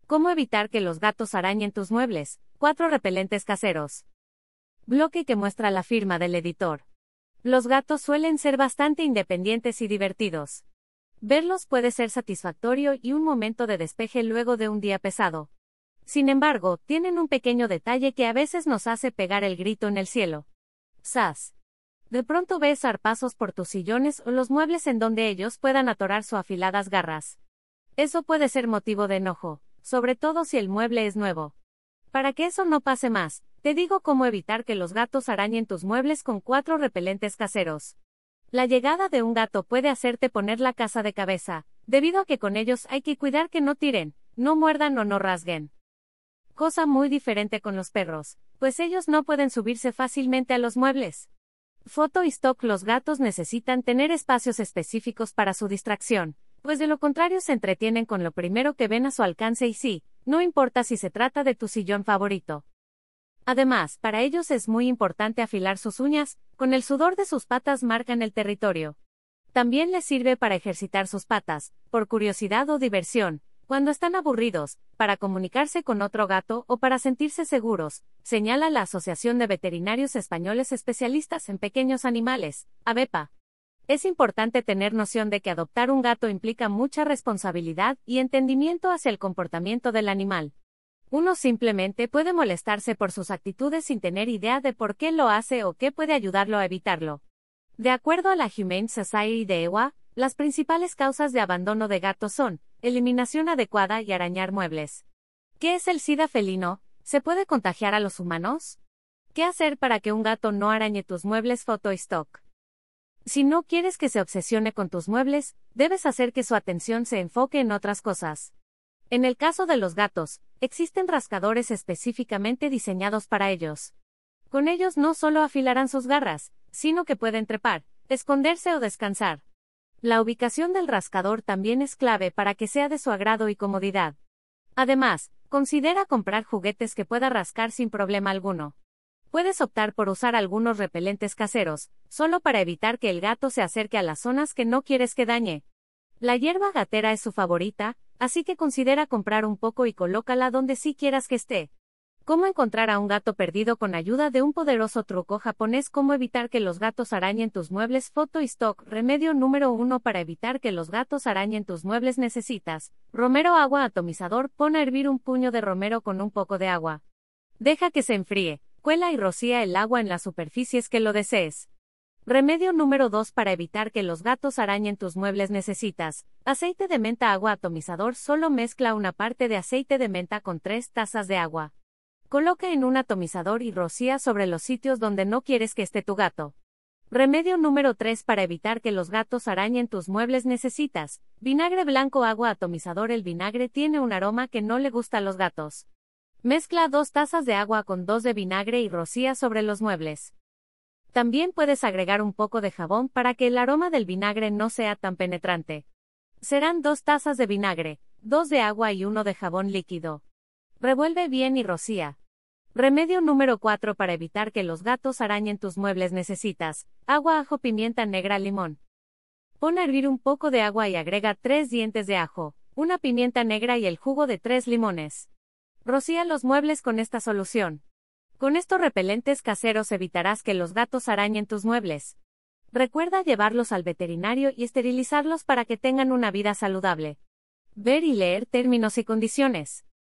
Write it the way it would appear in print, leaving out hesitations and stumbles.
¿Cómo evitar que los gatos arañen tus muebles? 4 repelentes caseros. Bloque que muestra la firma del editor. Los gatos suelen ser bastante independientes y divertidos. Verlos puede ser satisfactorio y un momento de despeje luego de un día pesado. Sin embargo, tienen un pequeño detalle que a veces nos hace pegar el grito en el cielo. ¡Zas! De pronto ves zarpazos por tus sillones o los muebles en donde ellos puedan atorar sus afiladas garras. Eso puede ser motivo de enojo, sobre todo si el mueble es nuevo. Para que eso no pase más, te digo cómo evitar que los gatos arañen tus muebles con 4 repelentes caseros. La llegada de un gato puede hacerte poner la casa de cabeza, debido a que con ellos hay que cuidar que no tiren, no muerdan o no rasguen. Cosa muy diferente con los perros, pues ellos no pueden subirse fácilmente a los muebles. Foto y stock. Los gatos necesitan tener espacios específicos para su distracción, pues de lo contrario se entretienen con lo primero que ven a su alcance y sí, no importa si se trata de tu sillón favorito. Además, para ellos es muy importante afilar sus uñas, con el sudor de sus patas marcan el territorio. También les sirve para ejercitar sus patas, por curiosidad o diversión, cuando están aburridos, para comunicarse con otro gato o para sentirse seguros, señala la Asociación de Veterinarios Españoles Especialistas en Pequeños Animales, AVEPA. Es importante tener noción de que adoptar un gato implica mucha responsabilidad y entendimiento hacia el comportamiento del animal. Uno simplemente puede molestarse por sus actitudes sin tener idea de por qué lo hace o qué puede ayudarlo a evitarlo. De acuerdo a la Humane Society de EWA, las principales causas de abandono de gatos son eliminación adecuada y arañar muebles. ¿Qué es el SIDA felino? ¿Se puede contagiar a los humanos? ¿Qué hacer para que un gato no arañe tus muebles? Foto y stock. Si no quieres que se obsesione con tus muebles, debes hacer que su atención se enfoque en otras cosas. En el caso de los gatos, existen rascadores específicamente diseñados para ellos. Con ellos no solo afilarán sus garras, sino que pueden trepar, esconderse o descansar. La ubicación del rascador también es clave para que sea de su agrado y comodidad. Además, considera comprar juguetes que pueda rascar sin problema alguno. Puedes optar por usar algunos repelentes caseros, solo para evitar que el gato se acerque a las zonas que no quieres que dañe. La hierba gatera es su favorita, así que considera comprar un poco y colócala donde sí quieras que esté. ¿Cómo encontrar a un gato perdido con ayuda de un poderoso truco japonés? ¿Cómo evitar que los gatos arañen tus muebles? Foto y stock. Remedio número 1 para evitar que los gatos arañen tus muebles. Necesitas romero, agua, atomizador. Pon a hervir un puño de romero con un poco de agua. Deja que se enfríe, cuela y rocía el agua en las superficies que lo desees. Remedio número 2 para evitar que los gatos arañen tus muebles. Necesitas aceite de menta, agua, atomizador. Solo mezcla una parte de aceite de menta con 3 tazas de agua. Coloca en un atomizador y rocía sobre los sitios donde no quieres que esté tu gato. Remedio número 3 para evitar que los gatos arañen tus muebles. Necesitas vinagre blanco, agua, atomizador. El vinagre tiene un aroma que no le gusta a los gatos. Mezcla 2 tazas de agua con 2 de vinagre y rocía sobre los muebles. También puedes agregar un poco de jabón para que el aroma del vinagre no sea tan penetrante. Serán 2 tazas de vinagre, 2 de agua y 1 de jabón líquido. Revuelve bien y rocía. Remedio número 4 para evitar que los gatos arañen tus muebles. Necesitas agua, ajo, pimienta negra, limón. Pon a hervir un poco de agua y agrega 3 dientes de ajo, una pimienta negra y el jugo de 3 limones. Rocía los muebles con esta solución. Con estos repelentes caseros evitarás que los gatos arañen tus muebles. Recuerda llevarlos al veterinario y esterilizarlos para que tengan una vida saludable. Ver y leer términos y condiciones.